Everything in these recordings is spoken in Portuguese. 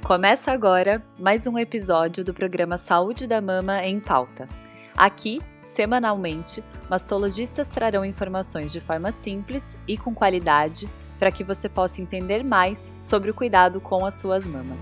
Começa agora mais um episódio do programa Saúde da Mama em Pauta. Aqui, semanalmente, mastologistas trarão informações de forma simples e com qualidade para que você possa entender mais sobre o cuidado com as suas mamas.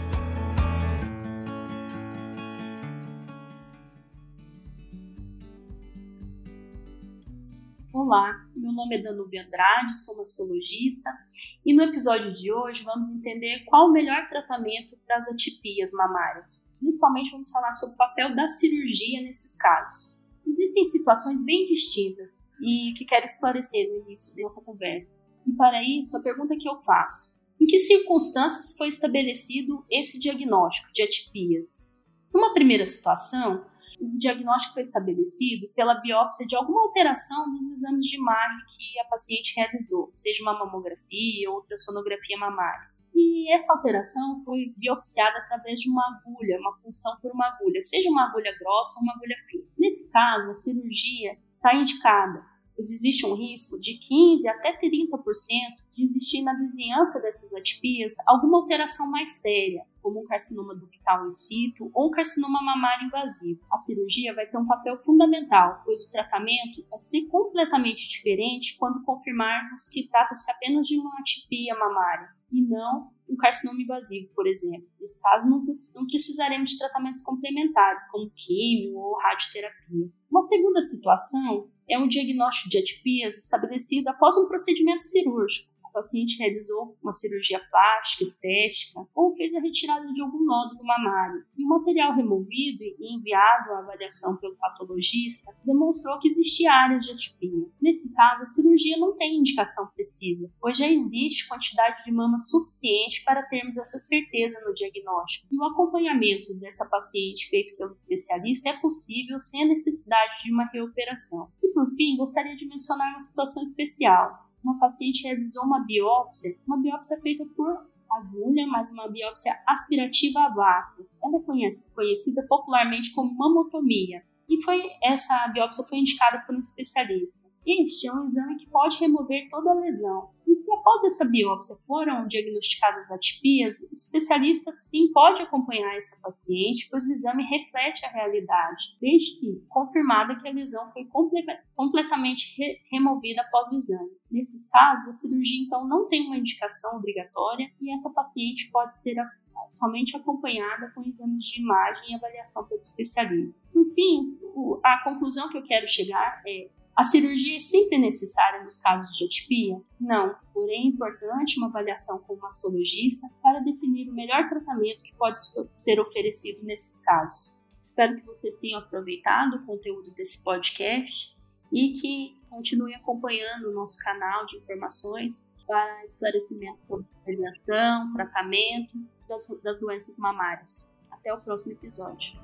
Olá, meu nome é Danúbia Andrade, sou mastologista e no episódio de hoje vamos entender qual o melhor tratamento para as atipias mamárias. Principalmente vamos falar sobre o papel da cirurgia nesses casos. Existem situações bem distintas e que quero esclarecer no início dessa conversa. E para isso, a pergunta que eu faço: em que circunstâncias foi estabelecido esse diagnóstico de atipias? Numa primeira situação, o diagnóstico foi estabelecido pela biópsia de alguma alteração dos exames de imagem que a paciente realizou, seja uma mamografia ou ultrassonografia mamária. E essa alteração foi biopsiada através de uma agulha, uma punção por uma agulha, seja uma agulha grossa ou uma agulha fina. Nesse caso, a cirurgia está indicada, pois existe um risco de 15% até 30% de existir na vizinhança dessas atipias alguma alteração mais séria, como um carcinoma ductal in situ ou um carcinoma mamário invasivo. A cirurgia vai ter um papel fundamental, pois o tratamento vai ser completamente diferente quando confirmarmos que trata-se apenas de uma atipia mamária e não um carcinoma invasivo, por exemplo. Nesse caso, não precisaremos de tratamentos complementares, como químio ou radioterapia. Uma segunda situação é um diagnóstico de atipias estabelecido após um procedimento cirúrgico. O paciente realizou uma cirurgia plástica, estética, ou fez a retirada de algum nódulo mamário. E o material removido e enviado à avaliação pelo patologista demonstrou que existia áreas de atipia. Nesse caso, a cirurgia não tem indicação precisa, pois já existe quantidade de mama suficiente para termos essa certeza no diagnóstico. E o acompanhamento dessa paciente feito pelo especialista é possível sem a necessidade de uma reoperação. E por fim, gostaria de mencionar uma situação especial. Uma paciente realizou uma biópsia feita por agulha, mas uma biópsia aspirativa a vácuo. Ela é conhecida popularmente como mamotomia, e essa biópsia foi indicada por um especialista. Este é um exame que pode remover toda a lesão. E se após essa biópsia foram diagnosticadas atipias, o especialista sim pode acompanhar essa paciente, pois o exame reflete a realidade, desde que confirmada que a lesão foi completamente removida após o exame. Nesses casos, a cirurgia então não tem uma indicação obrigatória e essa paciente pode ser somente acompanhada com exames de imagem e avaliação pelo especialista. Por fim, a conclusão que eu quero chegar é: a cirurgia é sempre necessária nos casos de atipia? Não, porém é importante uma avaliação com o mastologista para definir o melhor tratamento que pode ser oferecido nesses casos. Espero que vocês tenham aproveitado o conteúdo desse podcast e que continuem acompanhando o nosso canal de informações para esclarecimento sobre prevenção, tratamento das doenças mamárias. Até o próximo episódio.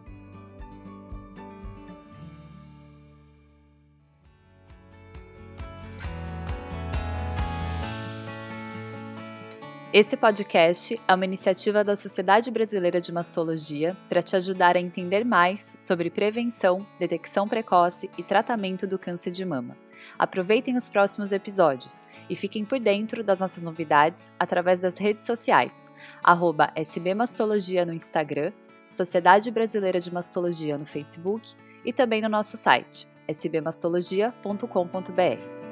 Esse podcast é uma iniciativa da Sociedade Brasileira de Mastologia para te ajudar a entender mais sobre prevenção, detecção precoce e tratamento do câncer de mama. Aproveitem os próximos episódios e fiquem por dentro das nossas novidades através das redes sociais, @SBMastologia no Instagram, Sociedade Brasileira de Mastologia no Facebook e também no nosso site, sbmastologia.com.br.